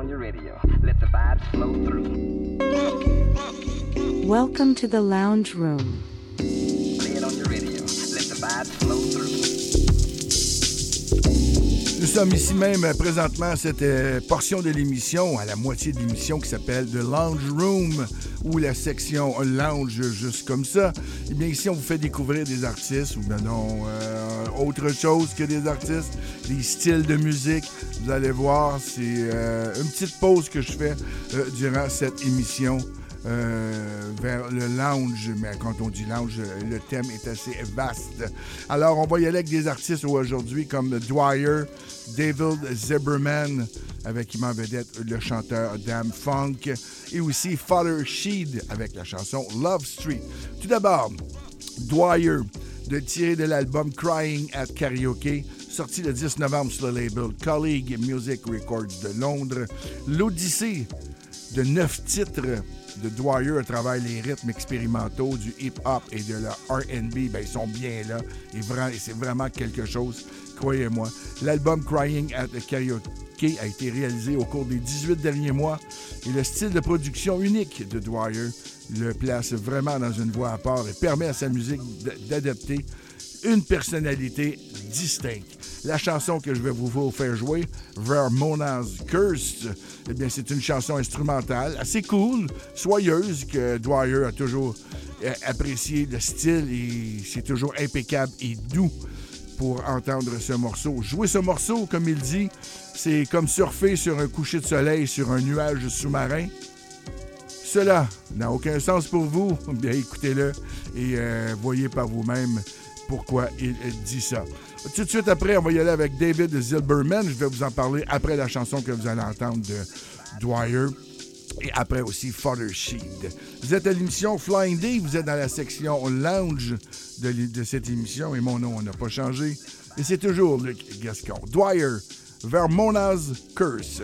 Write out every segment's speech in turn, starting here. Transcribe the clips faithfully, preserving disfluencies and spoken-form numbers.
on your radio. Let the vibes flow through. Welcome to the lounge room. Play it on your radio. Let the vibes flow through. Nous sommes ici même présentement à cette euh, portion de l'émission, à la moitié de l'émission qui s'appelle The Lounge Room, ou la section lounge, juste comme ça. Eh bien, ici, on vous fait découvrir des artistes, ou bien non, euh, autre chose que des artistes, des styles de musique. Vous allez voir, c'est euh, une petite pause que je fais euh, durant cette émission. Euh, vers le lounge, mais quand on dit lounge, le thème est assez vaste. Alors, on va y aller avec des artistes aujourd'hui comme Dwyer, David Zimmerman, avec qui m'en vedette le chanteur Damn Funk, et aussi Father Sheed avec la chanson Love Street. Tout d'abord, Dwyer, de tiré de l'album Crying at Karaoke, sorti le dix novembre sur le label Colleague Music Records de Londres. L'Odyssée de neuf titres de Dwyer à travers les rythmes expérimentaux du hip-hop et de la R and B, ben, ils sont bien là. Et, vra- et c'est vraiment quelque chose, croyez-moi. L'album Crying at Karaoke a été réalisé au cours des dix-huit derniers mois et le style de production unique de Dwyer le place vraiment dans une voie à part et permet à sa musique d'adapter une personnalité distincte. La chanson que je vais vous faire jouer, Vermona's Curse, eh bien, c'est une chanson instrumentale assez cool, soyeuse, que Dwyer a toujours apprécié le style et c'est toujours impeccable et doux pour entendre ce morceau. Jouer ce morceau, comme il dit, c'est comme surfer sur un coucher de soleil sur un nuage sous-marin. Cela n'a aucun sens pour vous. Bien, écoutez-le et euh, voyez par vous-même pourquoi il dit ça. Tout de suite après, on va y aller avec David Zimmerman. Je vais vous en parler après la chanson que vous allez entendre de Dwyer. Et après aussi Father Sheed. Vous êtes à l'émission Flying D. Vous êtes dans la section lounge de, de cette émission. Et mon nom n'a pas changé. Et c'est toujours Luc Gascon. Dwyer, Vermona's Curse.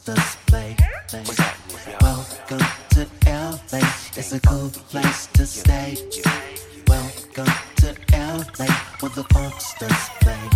Funksters play. Welcome to L A. It's a cool place to stay. Welcome to L A where the Funksters play.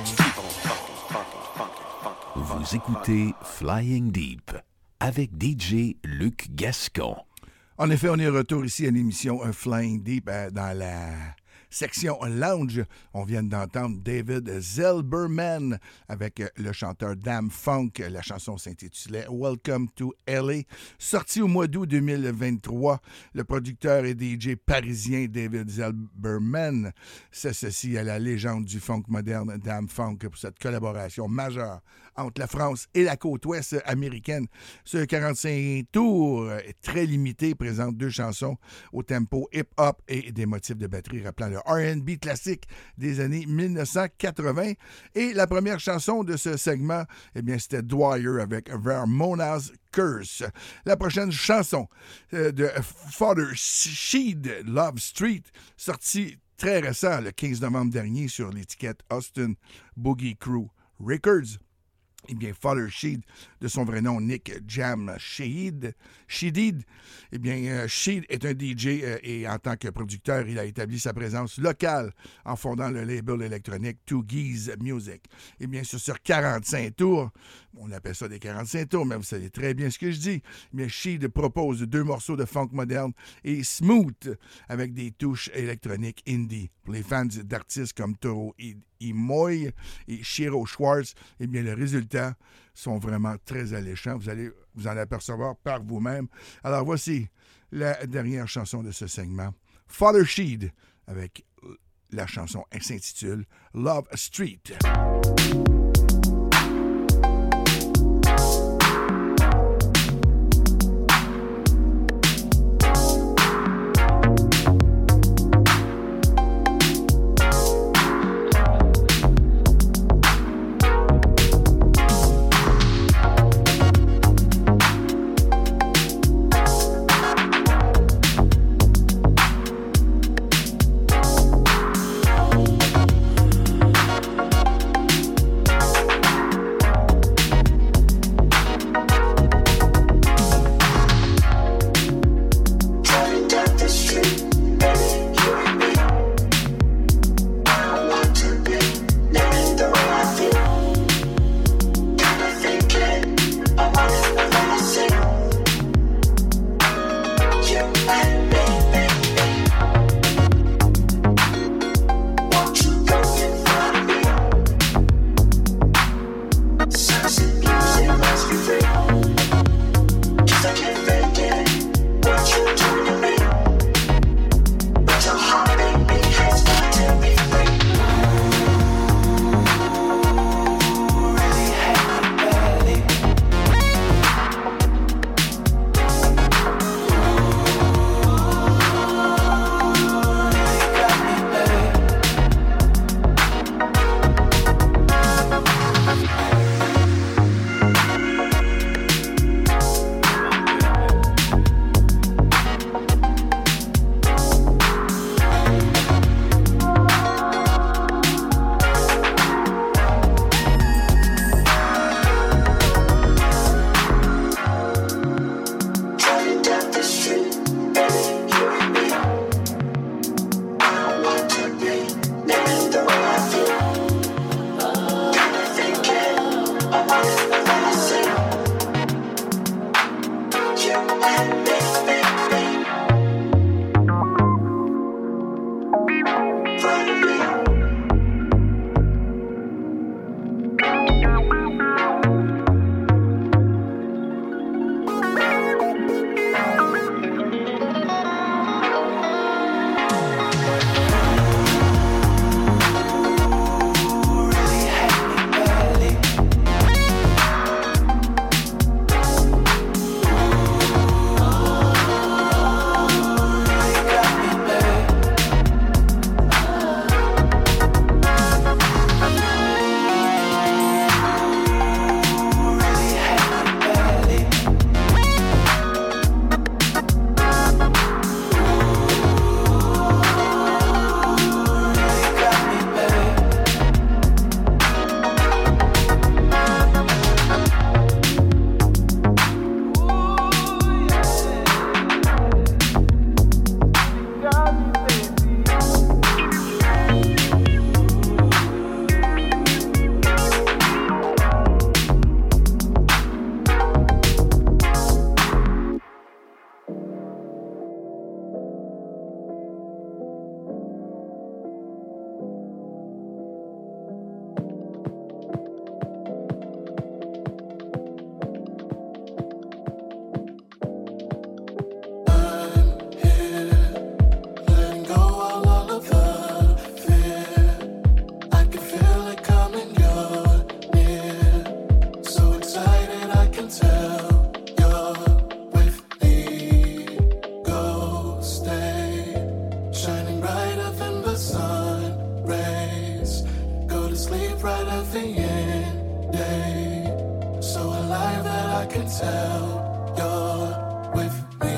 Vous écoutez Flying Deep avec D J Luc Gascon. En effet, on est de retour ici à l'émission Flying Deep euh, dans la section lounge. On vient d'entendre David Zelberman avec le chanteur Dam Funk. La chanson s'intitulait Welcome to L A. Sorti au mois d'août deux mille vingt-trois, le producteur et D J parisien David Zelberman s'associe à la légende du funk moderne Dam Funk pour cette collaboration majeure entre la France et la côte ouest américaine. Ce quarante-cinq tours est très limité, présente deux chansons au tempo hip-hop et des motifs de batterie rappelant le R and B classique des années mille neuf cent quatre-vingts. Et la première chanson de ce segment, eh bien, c'était Dwyer avec Vermona's Curse. La prochaine chanson euh, de Father Sheed, Love Street, sortie très récent, le quinze novembre dernier, sur l'étiquette Austin Boogie Crew Records. Eh bien, Father Sheed, de son vrai nom, Nick Jam Sheed, Sheedid, eh bien, euh, Sheed est un D J euh, et en tant que producteur, il a établi sa présence locale en fondant le label électronique Two Geese Music. Eh bien, sur, sur quarante-cinq tours, on appelle ça des quarante-cinq tours, mais vous savez très bien ce que je dis. Eh bien, Sheed propose deux morceaux de funk moderne et smooth avec des touches électroniques indie. Pour les fans d'artistes comme Toro Imoy et Shiro Schwartz, eh bien, le résultat sont vraiment très alléchants. Vous allez vous en apercevoir par vous-même. Alors, voici la dernière chanson de ce segment. Father Sheed, avec la chanson qui s'intitule Love Street. tell you're with me.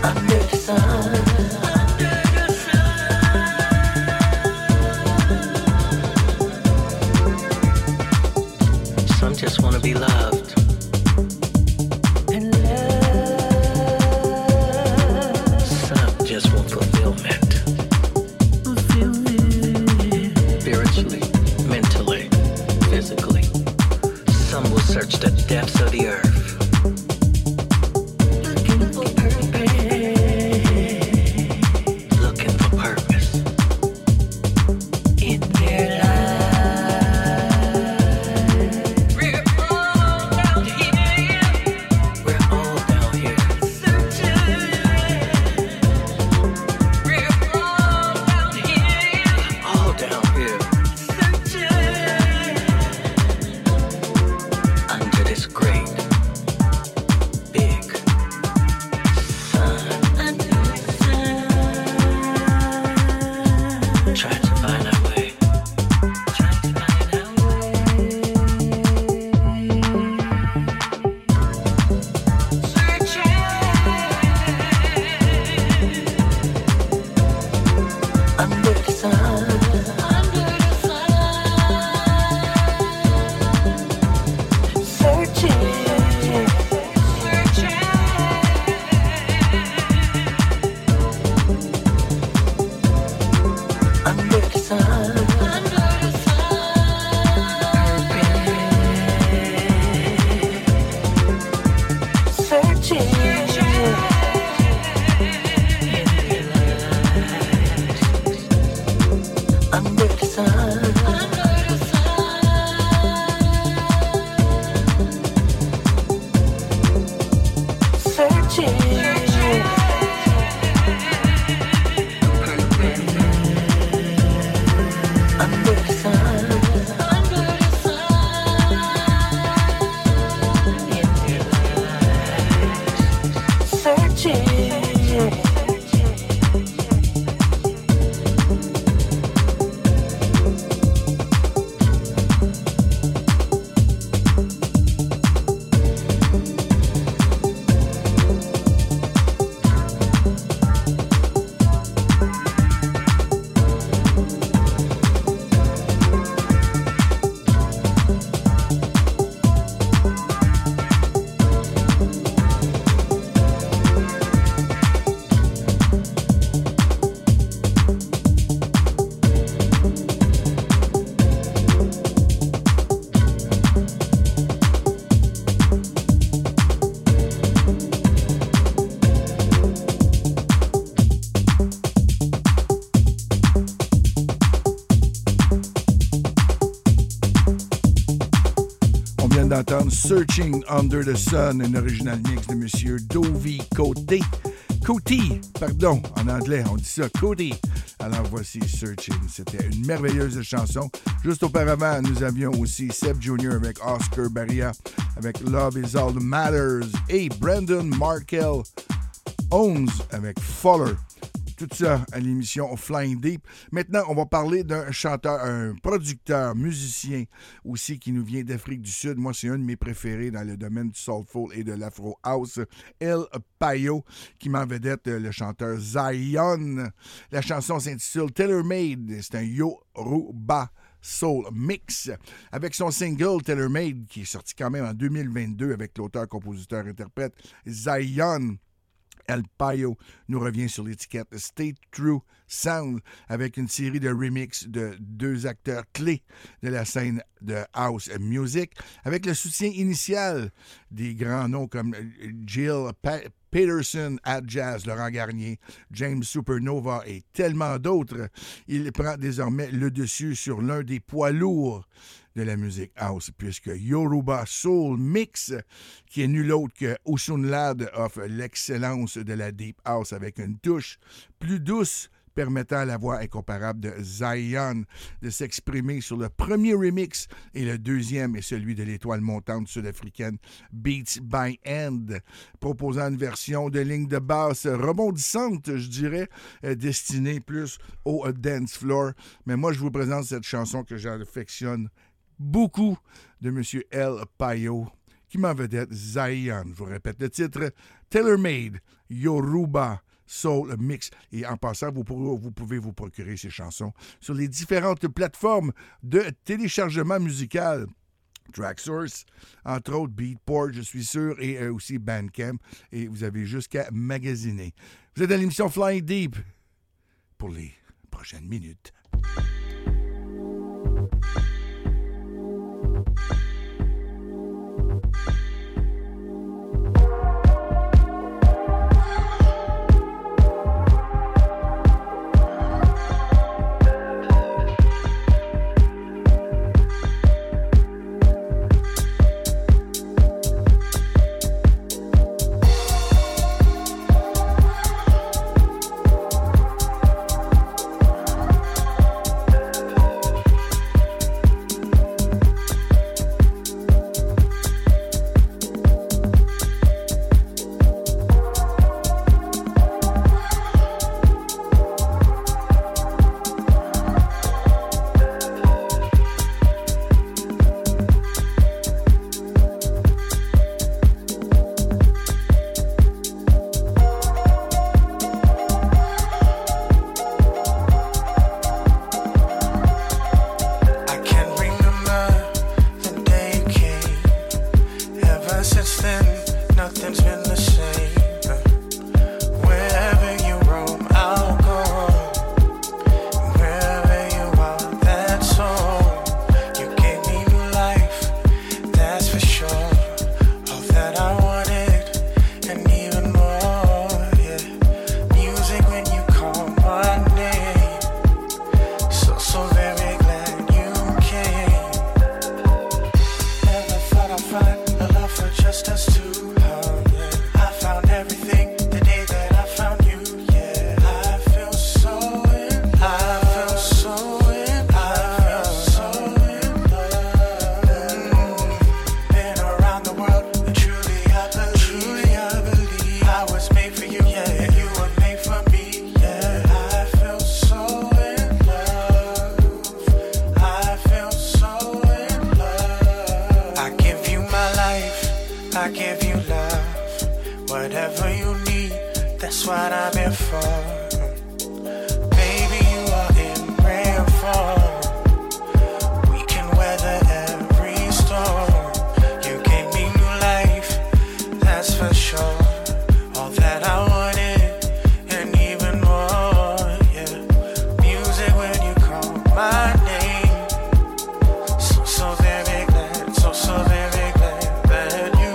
Under the sun. Some just wanna be loved. And love. Some just want fulfillment. Spiritually, mentally, physically. Some will search the depths of the earth. Looking for purpose. Looking for purpose. In their life. D'entendre Searching Under the Sun, un original mix de Monsieur Dovey Côté. Côté, pardon, en anglais, on dit ça, Côté. Alors voici Searching, c'était une merveilleuse chanson. Juste auparavant, nous avions aussi Seb Junior avec Oscar Baria, avec Love Is All That Matters, et Brandon Markell Owns avec Fuller. Tout ça à l'émission Flying Deep. Maintenant, on va parler d'un chanteur, un producteur, musicien aussi qui nous vient d'Afrique du Sud. Moi, c'est un de mes préférés dans le domaine du soulful et de l'afro house. El Payo, qui m'en vedette le chanteur Zion. La chanson s'intitule Tailor Made. C'est un Yoruba Soul Mix, avec son single Tailor Made qui est sorti quand même en deux mille vingt-deux avec l'auteur, compositeur, interprète Zion. El Payo nous revient sur l'étiquette Stay True Sound avec une série de remixes de deux acteurs clés de la scène de house music avec le soutien initial des grands noms comme Jill pa- Peterson at Jazz, Laurent Garnier, James Supernova et tellement d'autres. Il prend désormais le dessus sur l'un des poids lourds de la musique house, puisque Yoruba Soul Mix, qui est nul autre que Osunlade, offre l'excellence de la Deep House avec une touche plus douce, permettant à la voix incomparable de Zion de s'exprimer sur le premier remix, et le deuxième est celui de l'étoile montante sud-africaine Beats by Hand, proposant une version de ligne de basse rebondissante, je dirais, euh, destinée plus au uh, dance floor. Mais moi, je vous présente cette chanson que j'affectionne beaucoup de M. El Payo, qui met en vedette Zion. Je vous répète le titre, Tailor Made, Yoruba Soul Mix. Et en passant, vous, pourrez, vous pouvez vous procurer ces chansons sur les différentes plateformes de téléchargement musical. Tracksource, entre autres Beatport, je suis sûr, et euh, aussi Bandcamp. Et vous avez jusqu'à magasiner. Vous êtes à l'émission Flying Deep pour les prochaines minutes.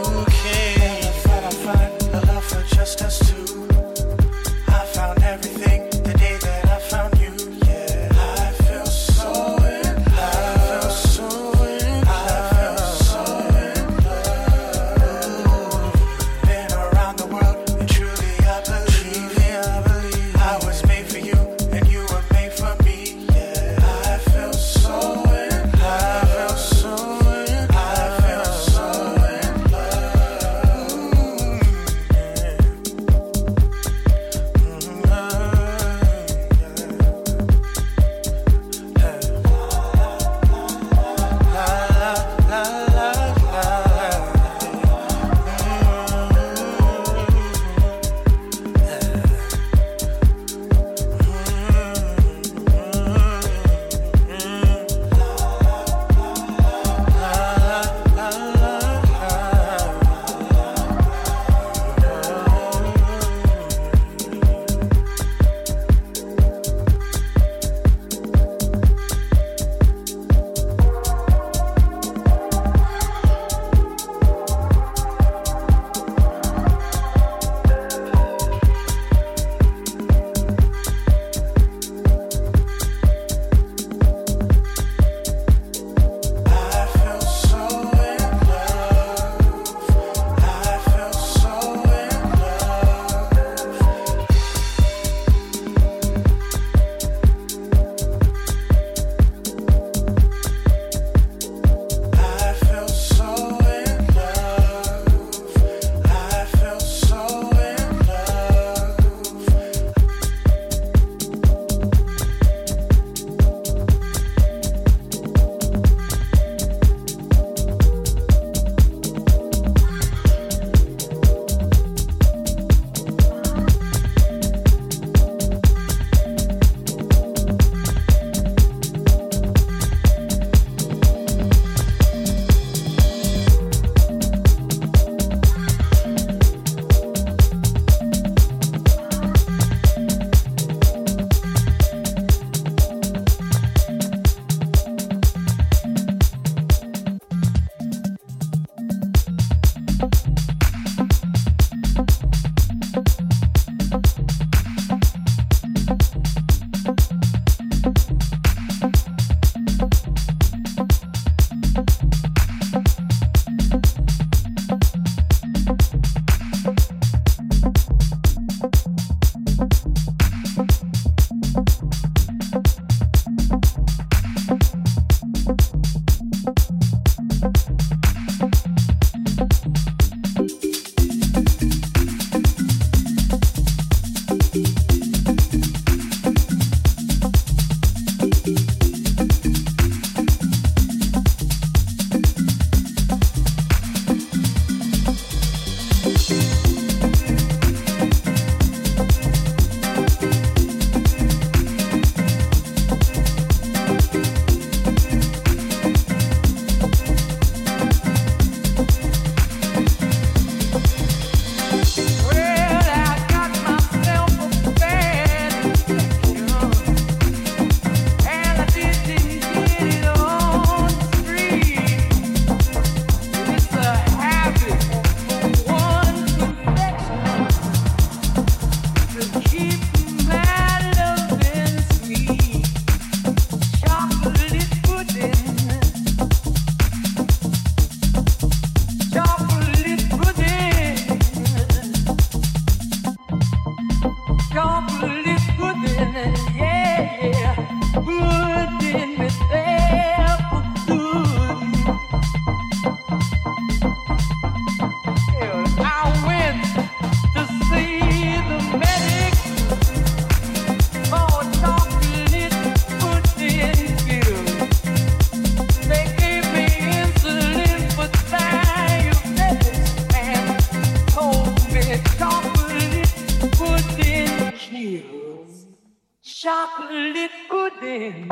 Just us two. I found everything. chocolate pudding, yeah, yeah, pudding is there for good. Yeah, I went to see the medic for chocolate pudding pills. They gave me insulin for diabetes and told me chocolate pudding kills. Chocolate pudding.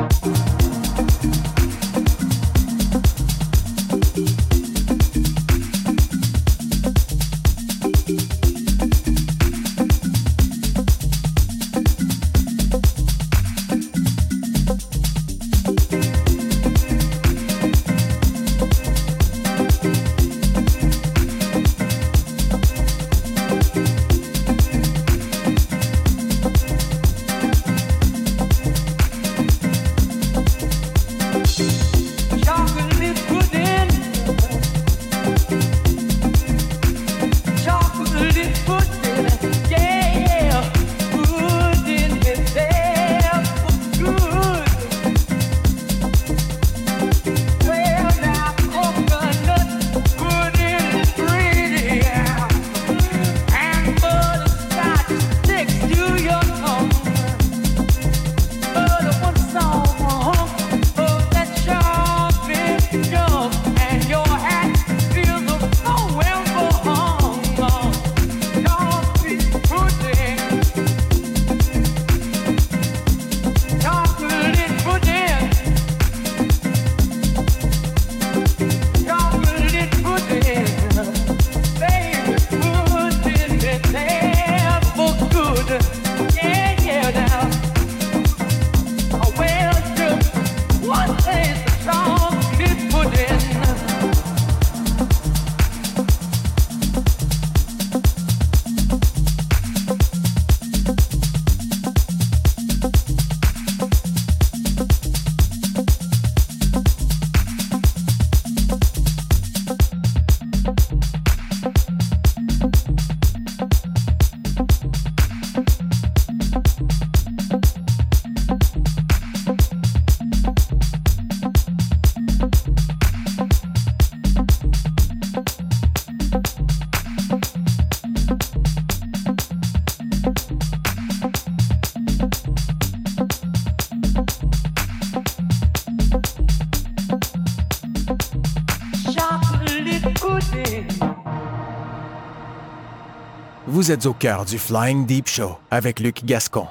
Vous êtes au cœur du Flying Deep Show avec Luc Gascon.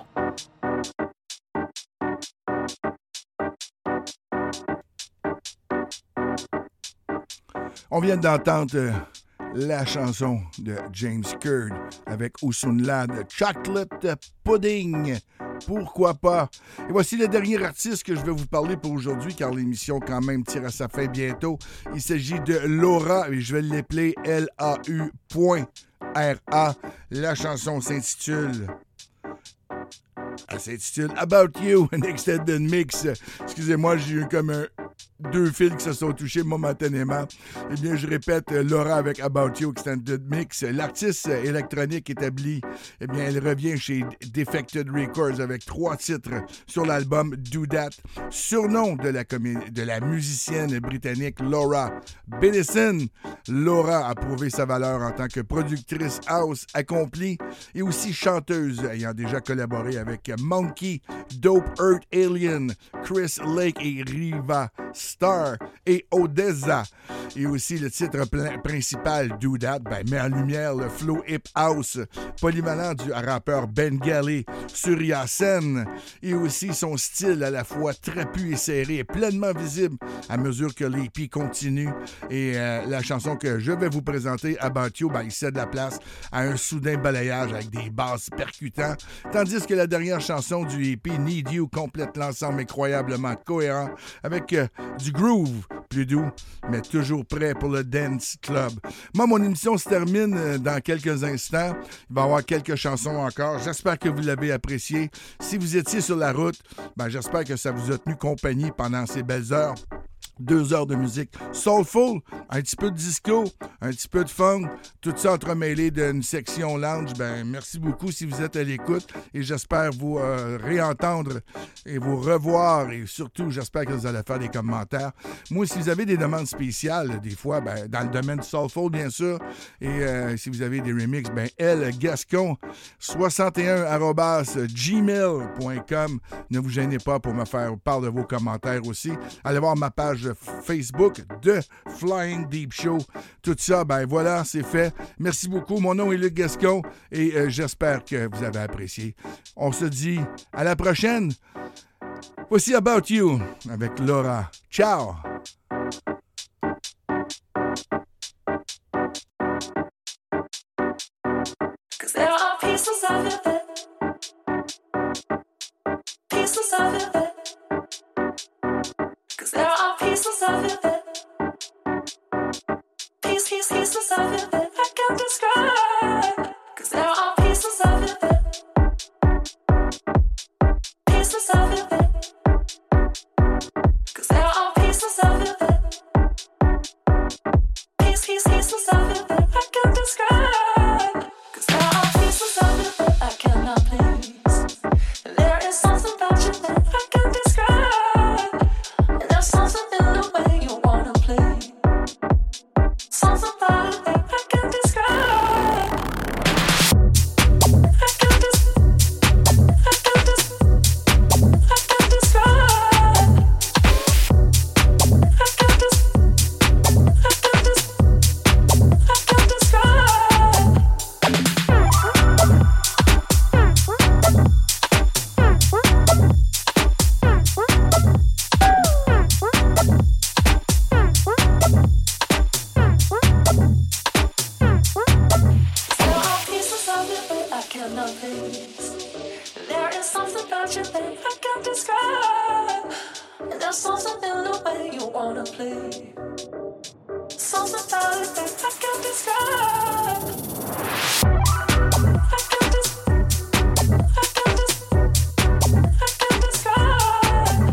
On vient d'entendre euh, la chanson de James Curd avec Oussoun Lad, Chocolate Pudding. Pourquoi pas? Et voici le dernier artiste que je vais vous parler pour aujourd'hui, car l'émission quand même tire à sa fin bientôt. Il s'agit de Laura, et je vais l'appeler L A U R A. La chanson s'intitule... Elle s'intitule About You, an Extended Mix. Excusez-moi, j'ai eu comme un... deux fils qui se sont touchés momentanément. Eh bien, je répète, Laura avec About You Extended Mix. L'artiste électronique établie, eh bien, elle revient chez Defected Records avec trois titres sur l'album Do That. Surnom de la, comé- de la musicienne britannique Laura Bennison. Laura a prouvé sa valeur en tant que productrice house accomplie et aussi chanteuse, ayant déjà collaboré avec Monkey, Dope Earth Alien, Chris Lake et Riva Star et Odessa. Et aussi le titre pl- principal, Do That, ben, met en lumière le flow hip house polyvalent du rappeur Bengali Surya Sen et aussi son style à la fois trapu et serré est pleinement visible à mesure que l'E P continue. Et euh, la chanson que je vais vous présenter, About You, ben, il cède la place à un soudain balayage avec des basses percutants, tandis que la dernière chanson du E P, Need You, complète l'ensemble incroyablement cohérent avec euh, du groove plus doux, mais toujours prêt pour le dance club. Moi, mon émission se termine dans quelques instants. Il va y avoir quelques chansons encore. J'espère que vous l'avez apprécié. Si vous étiez sur la route, ben, j'espère que ça vous a tenu compagnie pendant ces belles heures. Deux heures de musique soulful, un petit peu de disco, un petit peu de funk, tout ça entremêlé d'une section lounge. Ben, merci beaucoup si vous êtes à l'écoute et j'espère vous euh, réentendre et vous revoir et surtout, j'espère que vous allez faire des commentaires. Moi, si vous avez des demandes spéciales, des fois, ben, dans le domaine du soulful, bien sûr, et euh, si vous avez des remixes, ben, elle, Gascon, soixante et un arobase gmail point com. Ne vous gênez pas pour me faire part de vos commentaires aussi. Allez voir ma page Facebook de Flying Deep Show. Tout ça, ben voilà, c'est fait. Merci beaucoup. Mon nom est Luc Gascon et euh, j'espère que vous avez apprécié. On se dit à la prochaine. Voici About You avec Laura. Ciao! Cause there are pieces of it that pieces of it that Cause there are pieces of it that Piece, piece, pieces of it that I can't describe Cause there are pieces of it that Pieces of it that Cause there are pieces of it that Piece, piece, pieces of it that I can't describe Cause there are pieces of it that I cannot please And there is something about you that I can't describe And there's something in the way you wanna play Something about it that I can't describe I can't des- I can't des- I can't describe I can't des- I can't des- I can't describe There are pieces of it that I cannot please. There is something about you that I can't describe. And there's something in the way you wanna play. Something about it that I can't describe. I can't des- I can't des- I can't describe.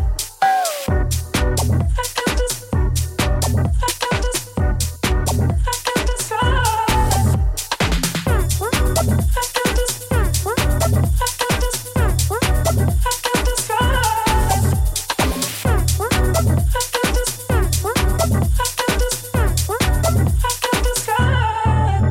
I can't des- I can't des- I can't describe. I can't describe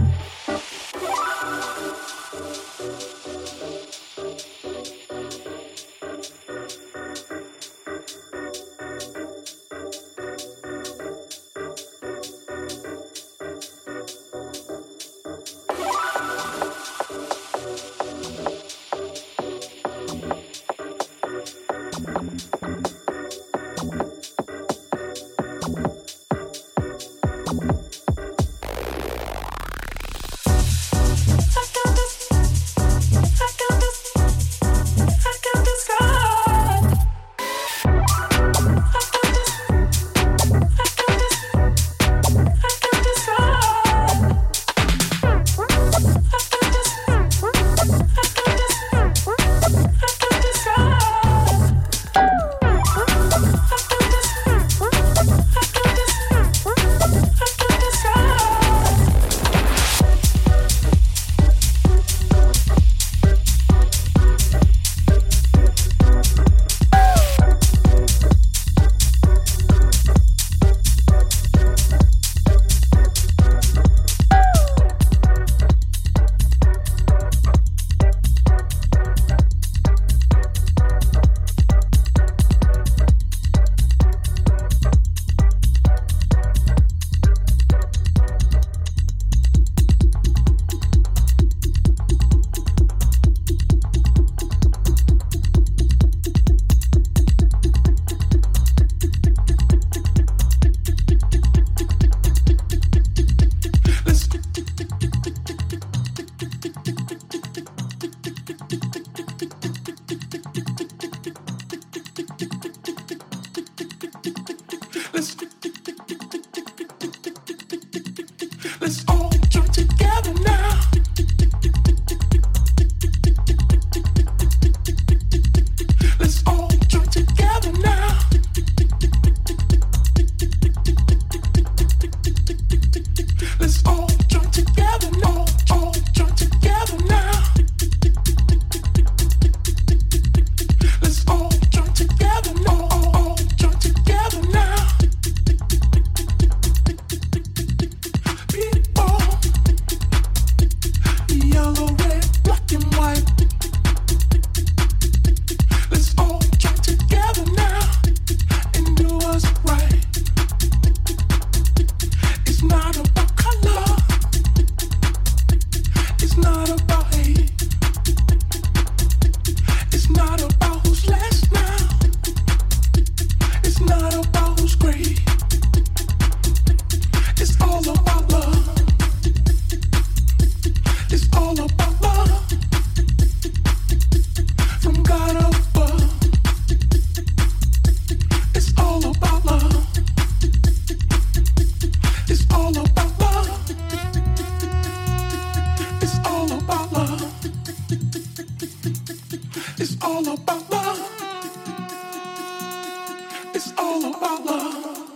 It's all about love. It's all about love.